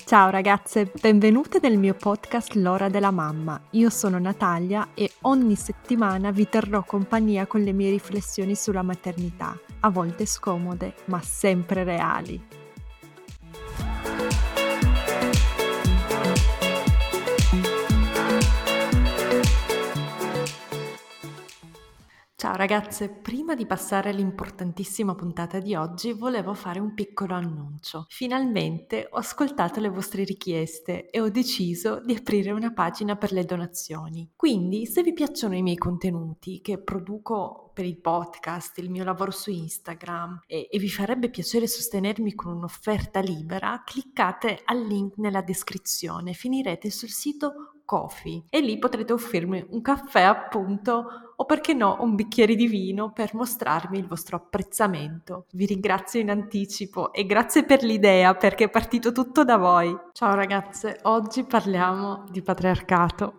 Ciao ragazze, benvenute nel mio podcast L'ora della mamma. Io sono Natalia e ogni settimana vi terrò compagnia con le mie riflessioni sulla maternità, a volte scomode, ma sempre reali. Ciao ragazze, prima di passare all'importantissima puntata di oggi volevo fare un piccolo annuncio. Finalmente ho ascoltato le vostre richieste e ho deciso di aprire una pagina per le donazioni. Quindi se vi piacciono i miei contenuti che produco per il podcast, il mio lavoro su Instagram e vi farebbe piacere sostenermi con un'offerta libera, cliccate al link nella descrizione, finirete sul sito Ko-fi e lì potrete offrirmi un caffè appunto o perché no un bicchiere di vino per mostrarmi il vostro apprezzamento. Vi ringrazio in anticipo e grazie per l'idea perché è partito tutto da voi. Ciao ragazze, oggi parliamo di patriarcato.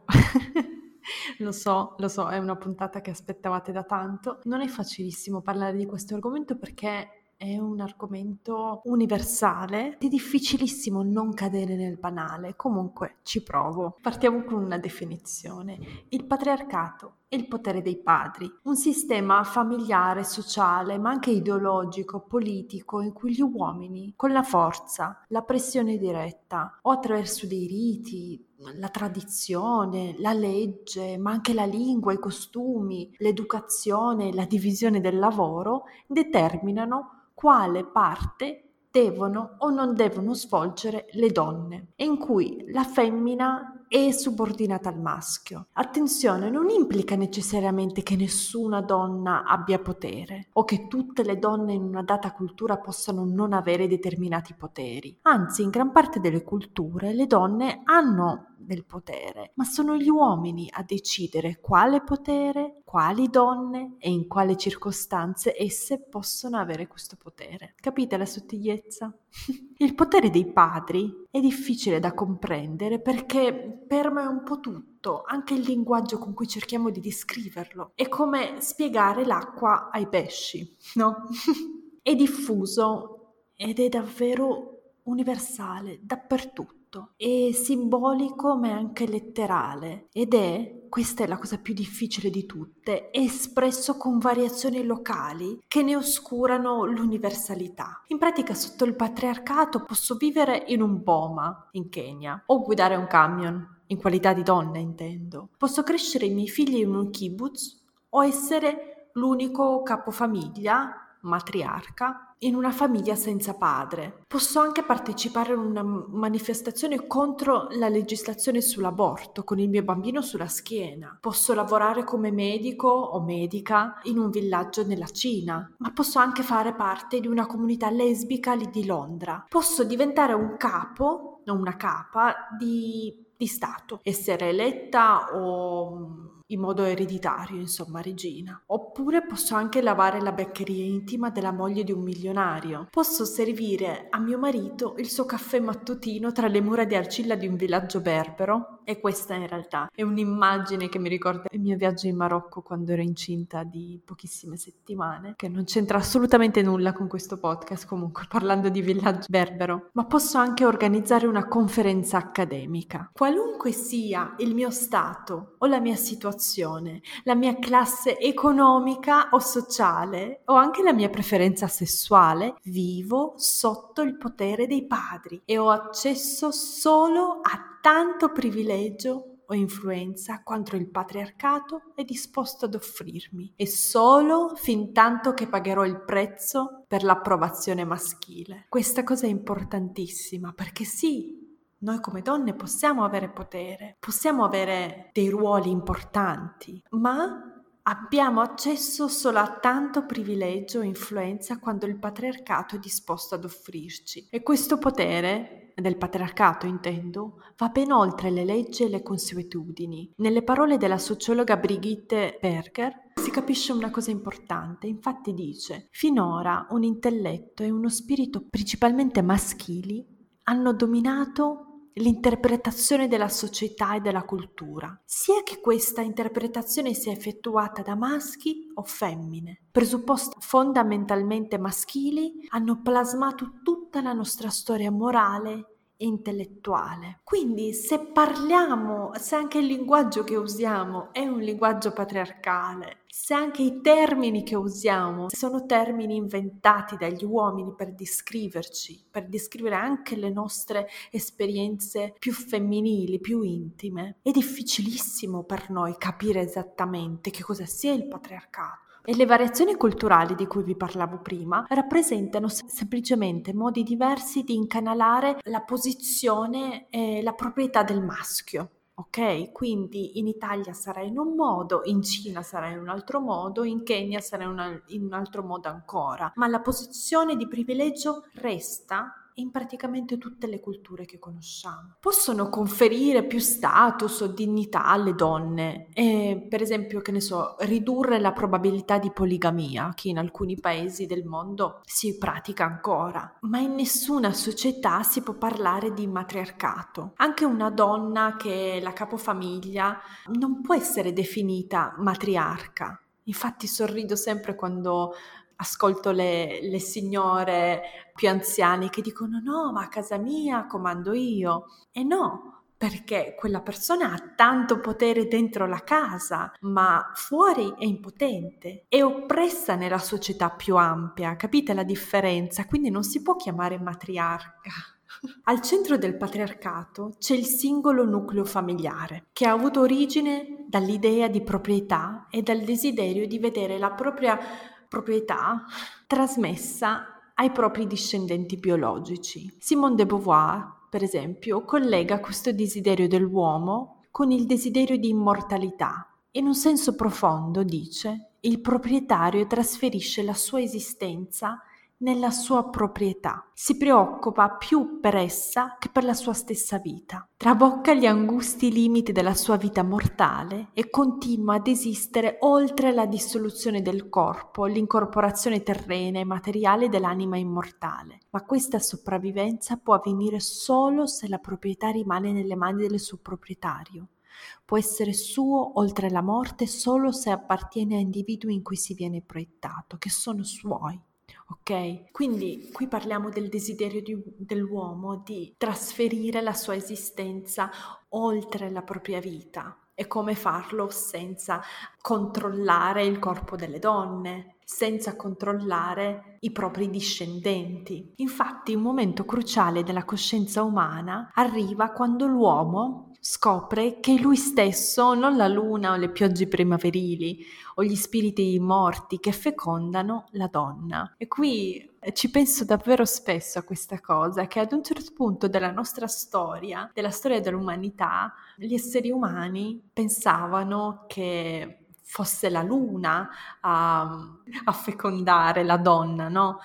Lo so, è una puntata che aspettavate da tanto. Non è facilissimo parlare di questo argomento perché è un argomento universale, è difficilissimo non cadere nel banale, comunque ci provo. Partiamo con una definizione. Il patriarcato è il potere dei padri, un sistema familiare, sociale, ma anche ideologico, politico, in cui gli uomini, con la forza, la pressione diretta o attraverso dei riti, la tradizione, la legge, ma anche la lingua, i costumi, l'educazione, la divisione del lavoro, determinano quale parte devono o non devono svolgere le donne e in cui la femmina è subordinata al maschio. Attenzione, non implica necessariamente che nessuna donna abbia potere o che tutte le donne in una data cultura possano non avere determinati poteri. Anzi, in gran parte delle culture le donne hanno del potere, ma sono gli uomini a decidere quale potere, quali donne e in quali circostanze esse possono avere questo potere. Capite la sottigliezza? Il potere dei padri è difficile da comprendere perché permea un po' tutto, anche il linguaggio con cui cerchiamo di descriverlo. È come spiegare l'acqua ai pesci, no? È diffuso ed è davvero universale, dappertutto. È simbolico ma è anche letterale ed questa è la cosa più difficile di tutte, è espresso con variazioni locali che ne oscurano l'universalità. In pratica sotto il patriarcato posso vivere in un boma in Kenya o guidare un camion, in qualità di donna intendo. Posso crescere i miei figli in un kibbutz o essere l'unico capofamiglia matriarca in una famiglia senza padre. Posso anche partecipare a una manifestazione contro la legislazione sull'aborto con il mio bambino sulla schiena. Posso lavorare come medico o medica in un villaggio nella Cina, ma posso anche fare parte di una comunità lesbica lì di Londra. Posso diventare un capo o una capa di Stato, essere eletta o in modo ereditario, insomma, regina. Oppure posso anche lavare la beccheria intima della moglie di un milionario. Posso servire a mio marito il suo caffè mattutino tra le mura di argilla di un villaggio berbero. E questa in realtà è un'immagine che mi ricorda il mio viaggio in Marocco quando ero incinta di pochissime settimane, che non c'entra assolutamente nulla con questo podcast, comunque parlando di villaggio berbero. Ma posso anche organizzare una conferenza accademica. Qualunque sia il mio stato o la mia situazione, la mia classe economica o sociale o anche la mia preferenza sessuale, vivo sotto il potere dei padri e ho accesso solo a tanto privilegio o influenza quanto il patriarcato è disposto ad offrirmi e solo fin tanto che pagherò il prezzo per l'approvazione maschile. Questa cosa è importantissima perché sì, noi come donne possiamo avere potere, possiamo avere dei ruoli importanti, ma abbiamo accesso solo a tanto privilegio e influenza quando il patriarcato è disposto ad offrirci. E questo potere, del patriarcato intendo, va ben oltre le leggi e le consuetudini. Nelle parole della sociologa Brigitte Berger si capisce una cosa importante, infatti dice: finora un intelletto e uno spirito principalmente maschili hanno dominato l'interpretazione della società e della cultura, sia che questa interpretazione sia effettuata da maschi o femmine. Presupposti fondamentalmente maschili hanno plasmato tutta la nostra storia morale e intellettuale. Quindi se anche il linguaggio che usiamo è un linguaggio patriarcale, se anche i termini che usiamo sono termini inventati dagli uomini per descriverci, per descrivere anche le nostre esperienze più femminili, più intime, è difficilissimo per noi capire esattamente che cosa sia il patriarcato. E le variazioni culturali di cui vi parlavo prima rappresentano semplicemente modi diversi di incanalare la posizione e la proprietà del maschio. Ok? Quindi in Italia sarà in un modo, in Cina sarà in un altro modo, in Kenya sarà in un altro modo ancora, ma la posizione di privilegio resta in praticamente tutte le culture che conosciamo. Possono conferire più status o dignità alle donne e, per esempio, che ne so, ridurre la probabilità di poligamia, che in alcuni paesi del mondo si pratica ancora, ma in nessuna società si può parlare di matriarcato. Anche una donna che è la capofamiglia non può essere definita matriarca. Infatti sorrido sempre quando ascolto le signore più anziane che dicono no, ma a casa mia comando io. E no, perché quella persona ha tanto potere dentro la casa, ma fuori è impotente, è oppressa nella società più ampia, capite la differenza? Quindi non si può chiamare matriarca. Al centro del patriarcato c'è il singolo nucleo familiare, che ha avuto origine dall'idea di proprietà e dal desiderio di vedere la propria proprietà trasmessa ai propri discendenti biologici. Simone de Beauvoir, per esempio, collega questo desiderio dell'uomo con il desiderio di immortalità. In un senso profondo, dice, il proprietario trasferisce la sua esistenza nella sua proprietà. Si preoccupa più per essa che per la sua stessa vita. Trabocca gli angusti limiti della sua vita mortale e continua ad esistere oltre la dissoluzione del corpo, l'incorporazione terrena e materiale dell'anima immortale. Ma questa sopravvivenza può avvenire solo se la proprietà rimane nelle mani del suo proprietario. Può essere suo oltre la morte solo se appartiene a individui in cui si viene proiettato, che sono suoi. Ok? Quindi qui parliamo del desiderio dell'uomo di trasferire la sua esistenza oltre la propria vita. E come farlo senza controllare il corpo delle donne, senza controllare i propri discendenti. Infatti, un momento cruciale della coscienza umana arriva quando l'uomo scopre che è lui stesso, non la luna o le piogge primaverili o gli spiriti morti che fecondano la donna. E qui ci penso davvero spesso a questa cosa, che ad un certo punto della nostra storia, della storia dell'umanità, gli esseri umani pensavano che fosse la luna a fecondare la donna, no?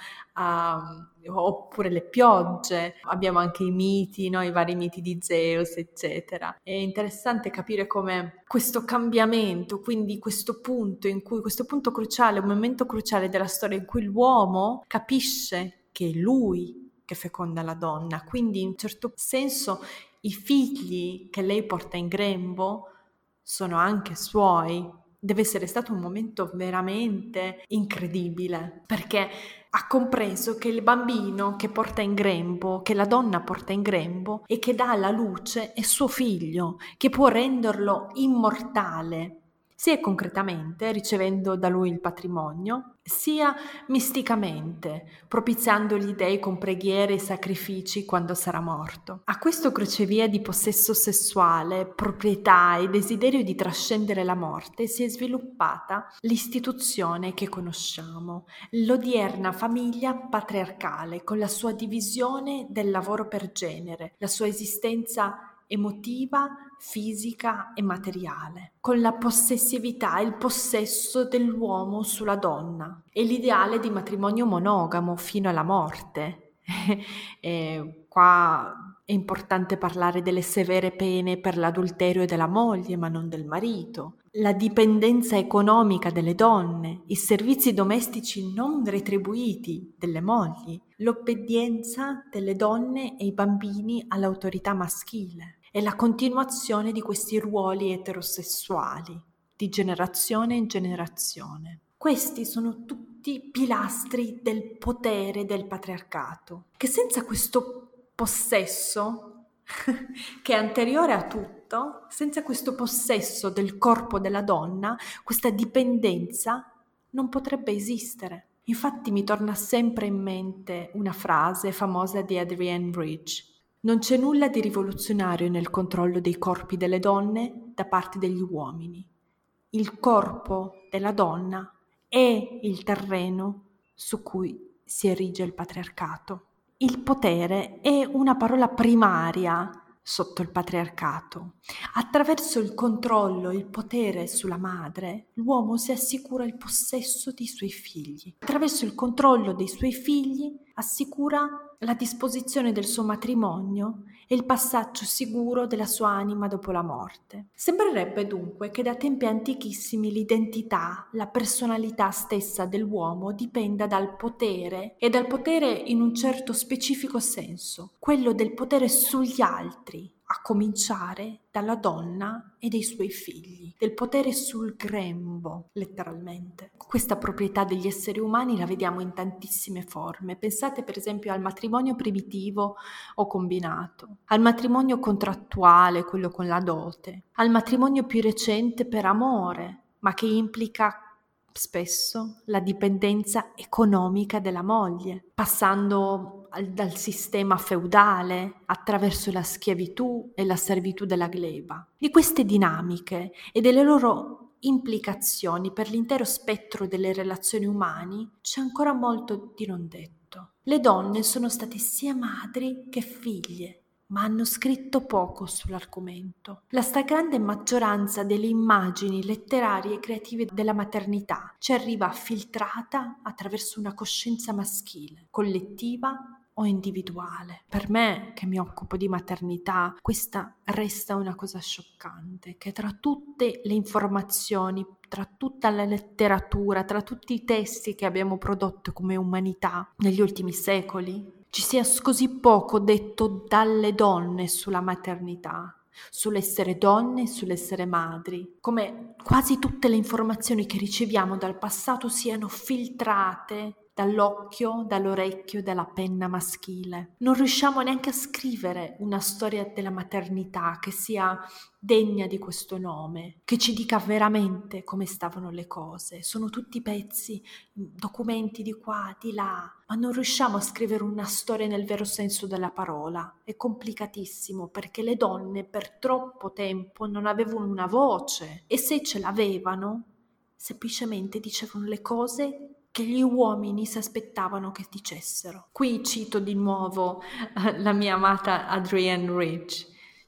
Oppure le piogge, abbiamo anche i miti, no? I vari miti di Zeus, eccetera. È interessante capire come questo cambiamento, quindi questo punto cruciale, un momento cruciale della storia in cui l'uomo capisce che è lui che feconda la donna, quindi in un certo senso i figli che lei porta in grembo sono anche suoi. Deve essere stato un momento veramente incredibile, perché ha compreso che il bambino che porta in grembo, che la donna porta in grembo e che dà alla luce è suo figlio, che può renderlo immortale, sia concretamente ricevendo da lui il patrimonio, sia misticamente, propiziando gli dei con preghiere e sacrifici quando sarà morto. A questo crocevia di possesso sessuale, proprietà e desiderio di trascendere la morte si è sviluppata l'istituzione che conosciamo, l'odierna famiglia patriarcale, con la sua divisione del lavoro per genere, la sua esistenza emotiva, fisica e materiale, con la possessività e il possesso dell'uomo sulla donna e l'ideale di matrimonio monogamo fino alla morte. E qua è importante parlare delle severe pene per l'adulterio della moglie, ma non del marito, la dipendenza economica delle donne, i servizi domestici non retribuiti delle mogli, l'obbedienza delle donne e i bambini all'autorità maschile e la continuazione di questi ruoli eterosessuali di generazione in generazione. Questi sono tutti pilastri del potere del patriarcato, che senza questo possesso che è anteriore a tutto, senza questo possesso del corpo della donna, questa dipendenza non potrebbe esistere. Infatti mi torna sempre in mente una frase famosa di Adrienne Rich: non c'è nulla di rivoluzionario nel controllo dei corpi delle donne da parte degli uomini. Il corpo della donna è il terreno su cui si erige il patriarcato. Il potere è una parola primaria sotto il patriarcato. Attraverso il controllo, il potere sulla madre, l'uomo si assicura il possesso dei suoi figli. Attraverso il controllo dei suoi figli assicura la disposizione del suo matrimonio e il passaggio sicuro della sua anima dopo la morte. Sembrerebbe dunque che da tempi antichissimi l'identità, la personalità stessa dell'uomo dipenda dal potere, e dal potere in un certo specifico senso, quello del potere sugli altri, a cominciare dalla donna e dei suoi figli, del potere sul grembo, letteralmente. Questa proprietà degli esseri umani la vediamo in tantissime forme. Pensate per esempio al matrimonio primitivo o combinato, al matrimonio contrattuale, quello con la dote, al matrimonio più recente per amore, ma che implica spesso la dipendenza economica della moglie, passando dal sistema feudale attraverso la schiavitù e la servitù della gleba. Di queste dinamiche e delle loro implicazioni per l'intero spettro delle relazioni umane c'è ancora molto di non detto. Le donne sono state sia madri che figlie, ma hanno scritto poco sull'argomento. La stragrande maggioranza delle immagini letterarie e creative della maternità ci arriva filtrata attraverso una coscienza maschile, collettiva o individuale. Per me, che mi occupo di maternità, questa resta una cosa scioccante, che tra tutte le informazioni, tra tutta la letteratura, tra tutti i testi che abbiamo prodotto come umanità negli ultimi secoli, ci sia così poco detto dalle donne sulla maternità, sull'essere donne e sull'essere madri, come quasi tutte le informazioni che riceviamo dal passato siano filtrate dall'occhio, dall'orecchio, dalla penna maschile. Non riusciamo neanche a scrivere una storia della maternità che sia degna di questo nome, che ci dica veramente come stavano le cose. Sono tutti pezzi, documenti di qua, di là, ma non riusciamo a scrivere una storia nel vero senso della parola. È complicatissimo perché le donne per troppo tempo non avevano una voce, e se ce l'avevano, semplicemente dicevano le cose che gli uomini si aspettavano che dicessero. Qui cito di nuovo la mia amata Adrienne Rich.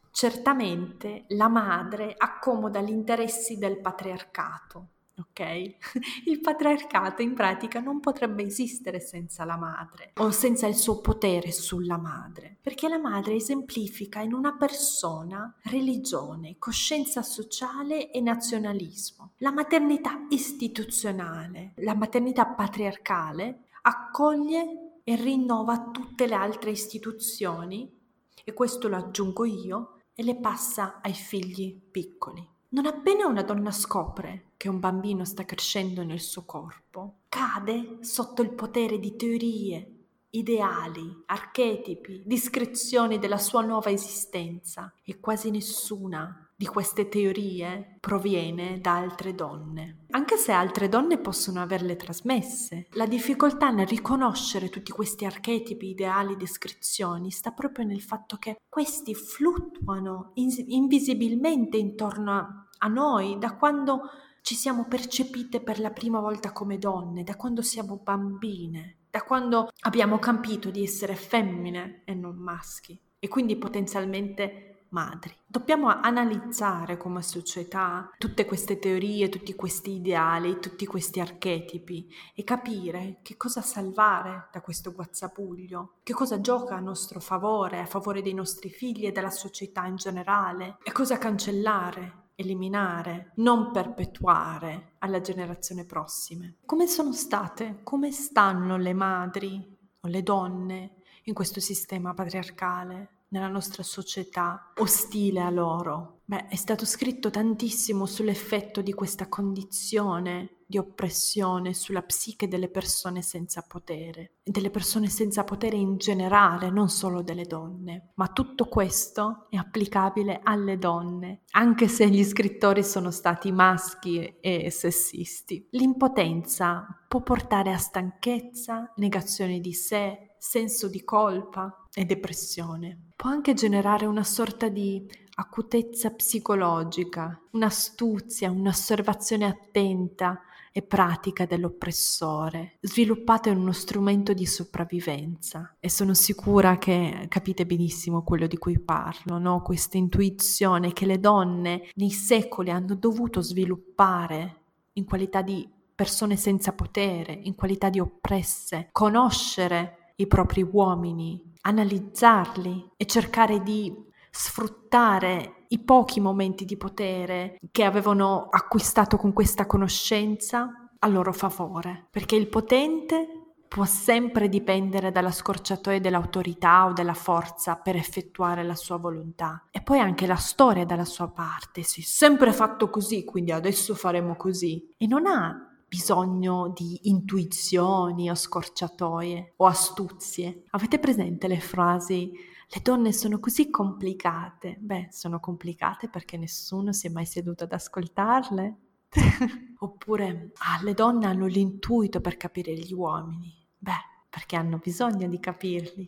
Certamente la madre accomoda gli interessi del patriarcato, ok? Il patriarcato in pratica non potrebbe esistere senza la madre o senza il suo potere sulla madre, perché la madre esemplifica in una persona religione, coscienza sociale e nazionalismo. La maternità istituzionale, la maternità patriarcale accoglie e rinnova tutte le altre istituzioni, e questo lo aggiungo io, e le passa ai figli piccoli. Non appena una donna scopre che un bambino sta crescendo nel suo corpo, cade sotto il potere di teorie, ideali, archetipi, descrizioni della sua nuova esistenza, e quasi nessuna di queste teorie proviene da altre donne. Anche se altre donne possono averle trasmesse, la difficoltà nel riconoscere tutti questi archetipi, ideali, descrizioni sta proprio nel fatto che questi fluttuano invisibilmente intorno a noi da quando ci siamo percepite per la prima volta come donne, da quando siamo bambine, da quando abbiamo capito di essere femmine e non maschi, e quindi potenzialmente madri. Dobbiamo analizzare come società tutte queste teorie, tutti questi ideali, tutti questi archetipi, e capire che cosa salvare da questo guazzabuglio, che cosa gioca a nostro favore, a favore dei nostri figli e della società in generale, e cosa cancellare, eliminare, non perpetuare alla generazione prossime. Come sono state, come stanno le madri o le donne in questo sistema patriarcale, nella nostra società ostile a loro? È stato scritto tantissimo sull'effetto di questa condizione di di oppressione sulla psiche delle persone senza potere, delle persone senza potere in generale, non solo delle donne. Ma tutto questo è applicabile alle donne, anche se gli scrittori sono stati maschi e sessisti. L'impotenza può portare a stanchezza, negazione di sé, senso di colpa e depressione. Può anche generare una sorta di acutezza psicologica, un'astuzia, un'osservazione attenta e pratica dell'oppressore, sviluppata in uno strumento di sopravvivenza. E sono sicura che capite benissimo quello di cui parlo, no? Questa intuizione che le donne nei secoli hanno dovuto sviluppare in qualità di persone senza potere, in qualità di oppresse, conoscere i propri uomini, analizzarli e cercare di sfruttare i pochi momenti di potere che avevano acquistato con questa conoscenza a loro favore, perché il potente può sempre dipendere dalla scorciatoia dell'autorità o della forza per effettuare la sua volontà. E poi anche la storia è dalla sua parte, si è sempre fatto così, quindi adesso faremo così. E non ha bisogno di intuizioni o scorciatoie o astuzie. Avete presente le frasi "le donne sono così complicate"? Beh, sono complicate perché nessuno si è mai seduto ad ascoltarle. Oppure le donne hanno l'intuito per capire gli uomini. Beh, perché hanno bisogno di capirli.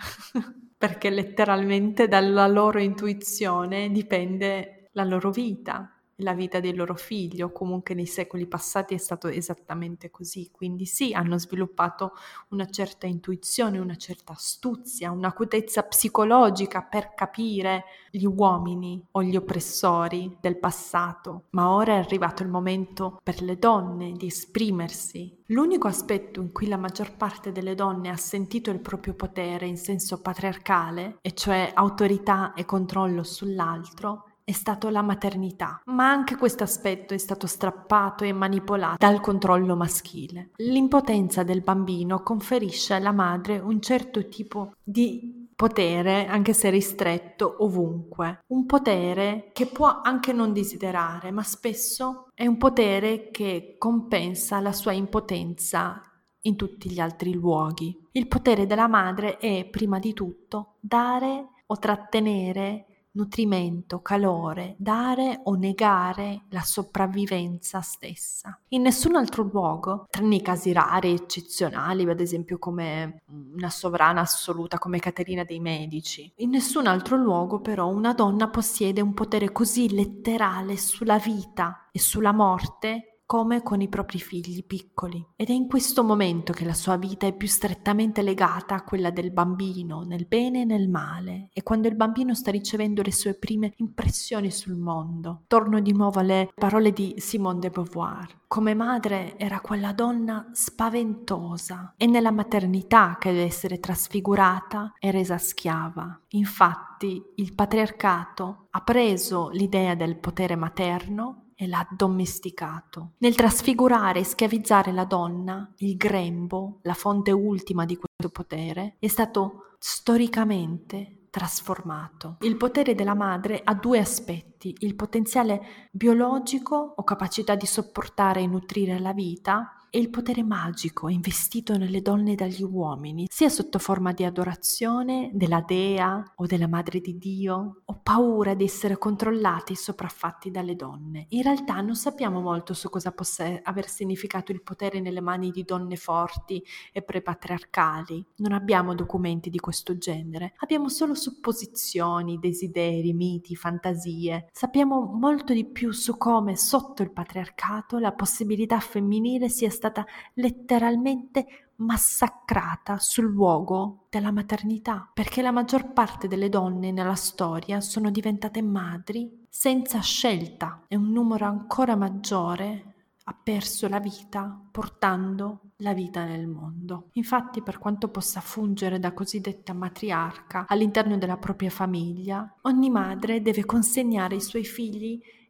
Perché letteralmente dalla loro intuizione dipende la loro vita, la vita dei loro figli, o comunque nei secoli passati è stato esattamente così. Quindi sì, hanno sviluppato una certa intuizione, una certa astuzia, un'acutezza psicologica per capire gli uomini o gli oppressori del passato. Ma ora è arrivato il momento per le donne di esprimersi. L'unico aspetto in cui la maggior parte delle donne ha sentito il proprio potere in senso patriarcale, e cioè autorità e controllo sull'altro, è stato la maternità, ma anche questo aspetto è stato strappato e manipolato dal controllo maschile. L'impotenza del bambino conferisce alla madre un certo tipo di potere, anche se ristretto, ovunque. Un potere che può anche non desiderare, ma spesso è un potere che compensa la sua impotenza in tutti gli altri luoghi. Il potere della madre è, prima di tutto, dare o trattenere nutrimento, calore, dare o negare la sopravvivenza stessa. In nessun altro luogo, tranne i casi rari e eccezionali, ad esempio come una sovrana assoluta come Caterina dei Medici, in nessun altro luogo però una donna possiede un potere così letterale sulla vita e sulla morte come con i propri figli piccoli. Ed è in questo momento che la sua vita è più strettamente legata a quella del bambino, nel bene e nel male, e quando il bambino sta ricevendo le sue prime impressioni sul mondo. Torno di nuovo alle parole di Simone de Beauvoir. Come madre era quella donna spaventosa, e nella maternità che deve essere trasfigurata e resa schiava. Infatti il patriarcato ha preso l'idea del potere materno e l'ha addomesticato. Nel trasfigurare e schiavizzare la donna, il grembo, la fonte ultima di questo potere, è stato storicamente trasformato. Il potere della madre ha due aspetti: il potenziale biologico o capacità di sopportare e nutrire la vita, e il potere magico investito nelle donne e dagli uomini, sia sotto forma di adorazione della dea o della madre di Dio, o paura di essere controllati e sopraffatti dalle donne. In realtà non sappiamo molto su cosa possa aver significato il potere nelle mani di donne forti e prepatriarcali. Non abbiamo documenti di questo genere, abbiamo solo supposizioni, desideri, miti, fantasie. Sappiamo molto di più su come sotto il patriarcato la possibilità femminile sia stata letteralmente massacrata sul luogo della maternità, perché la maggior parte delle donne nella storia sono diventate madri senza scelta, e un numero ancora maggiore ha perso la vita portando la vita nel mondo. Infatti, per quanto possa fungere da cosiddetta matriarca all'interno della propria famiglia, ogni madre deve consegnare ai suoi figli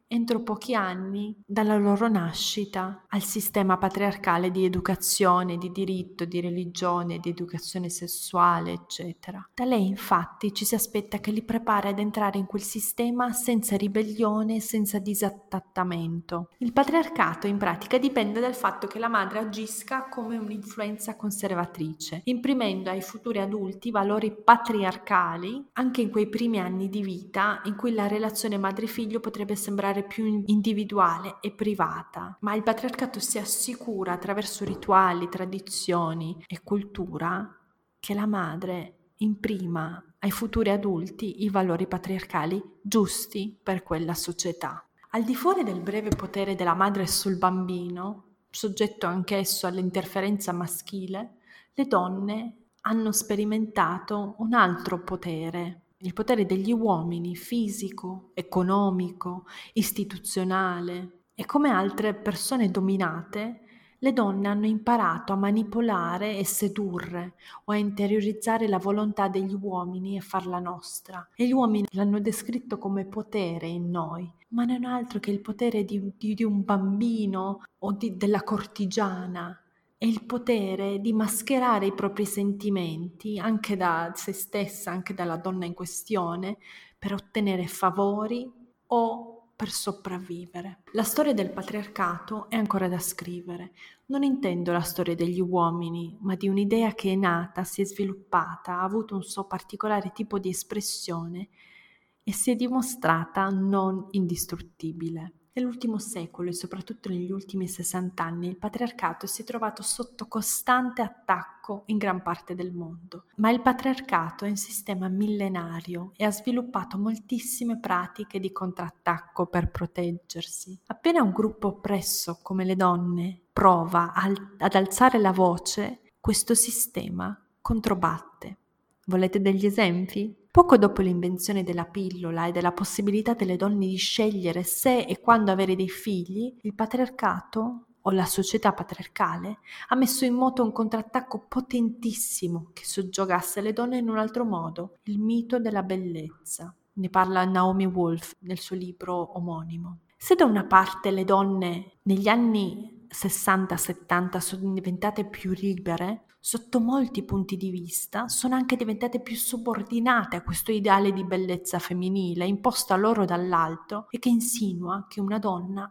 entro pochi anni dalla loro nascita al sistema patriarcale di educazione, di diritto, di religione, di educazione sessuale, eccetera. Da lei infatti ci si aspetta che li prepari ad entrare in quel sistema senza ribellione, senza disadattamento. Il patriarcato in pratica dipende dal fatto che la madre agisca come un'influenza conservatrice, imprimendo ai futuri adulti valori patriarcali anche in quei primi anni di vita in cui la relazione madre-figlio potrebbe sembrare più individuale e privata, ma il patriarcato si assicura attraverso rituali, tradizioni e cultura che la madre imprima ai futuri adulti i valori patriarcali giusti per quella società. Al di fuori del breve potere della madre sul bambino, soggetto anch'esso all'interferenza maschile, le donne hanno sperimentato un altro potere, il potere degli uomini, fisico, economico, istituzionale, e come altre persone dominate, le donne hanno imparato a manipolare e sedurre o a interiorizzare la volontà degli uomini e farla nostra. E gli uomini l'hanno descritto come potere in noi, ma non è altro che il potere di un bambino o della cortigiana. È il potere di mascherare i propri sentimenti, anche da se stessa, anche dalla donna in questione, per ottenere favori o per sopravvivere. La storia del patriarcato è ancora da scrivere. Non intendo la storia degli uomini, ma di un'idea che è nata, si è sviluppata, ha avuto un suo particolare tipo di espressione e si è dimostrata non indistruttibile. Nell'ultimo secolo e soprattutto negli ultimi 60 anni il patriarcato si è trovato sotto costante attacco in gran parte del mondo. Ma il patriarcato è un sistema millenario e ha sviluppato moltissime pratiche di contrattacco per proteggersi. Appena un gruppo oppresso come le donne prova ad alzare la voce, questo sistema controbatte. Volete degli esempi? Poco dopo l'invenzione della pillola e della possibilità delle donne di scegliere se e quando avere dei figli, il patriarcato o la società patriarcale ha messo in moto un contrattacco potentissimo che soggiogasse le donne in un altro modo, il mito della bellezza. Ne parla Naomi Wolf nel suo libro omonimo. Se da una parte le donne negli anni 60-70 sono diventate più libere, sotto molti punti di vista sono anche diventate più subordinate a questo ideale di bellezza femminile imposto a loro dall'alto e che insinua che una donna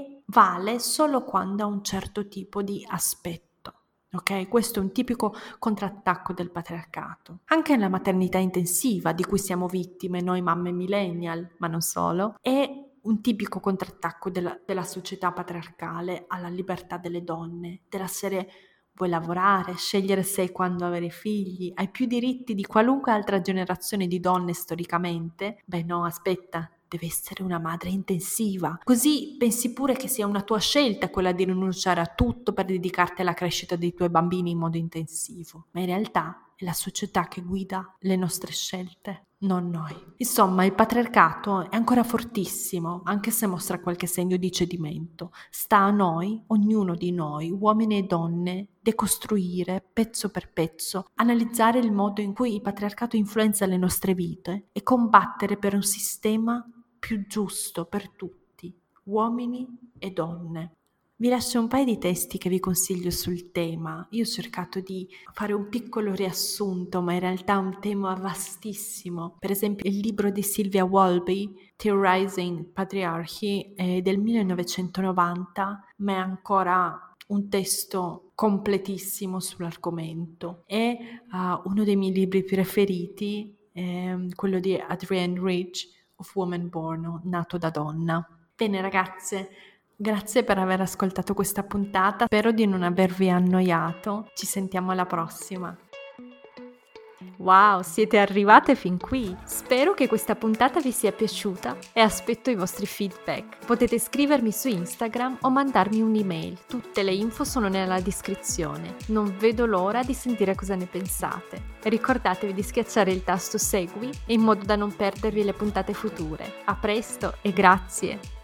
vale solo quando ha un certo tipo di aspetto. Ok, questo è un tipico contrattacco del patriarcato. Anche la maternità intensiva di cui siamo vittime noi mamme millennial, ma non solo, è un tipico contrattacco della società patriarcale alla libertà delle donne, della serie vuoi lavorare, scegliere se e quando avere figli, hai più diritti di qualunque altra generazione di donne storicamente? Beh no, aspetta, deve essere una madre intensiva. Così pensi pure che sia una tua scelta quella di rinunciare a tutto per dedicarti alla crescita dei tuoi bambini in modo intensivo. Ma in realtà è la società che guida le nostre scelte, non noi. Insomma, il patriarcato è ancora fortissimo, anche se mostra qualche segno di cedimento. Sta a noi, ognuno di noi, uomini e donne, decostruire pezzo per pezzo, analizzare il modo in cui il patriarcato influenza le nostre vite e combattere per un sistema più giusto per tutti, uomini e donne. Vi lascio un paio di testi che vi consiglio sul tema. Io ho cercato di fare un piccolo riassunto, ma in realtà è un tema vastissimo. Per esempio il libro di Sylvia Walby, Theorizing Patriarchy, è del 1990, ma è ancora un testo completissimo sull'argomento. È uno dei miei libri preferiti, quello di Adrienne Rich, Of Woman Born, Nato da donna. Bene ragazze, grazie per aver ascoltato questa puntata, spero di non avervi annoiato, ci sentiamo alla prossima. Wow, siete arrivate fin qui! Spero che questa puntata vi sia piaciuta e aspetto i vostri feedback. Potete scrivermi su Instagram o mandarmi un'email, tutte le info sono nella descrizione. Non vedo l'ora di sentire cosa ne pensate. Ricordatevi di schiacciare il tasto segui in modo da non perdervi le puntate future. A presto e grazie!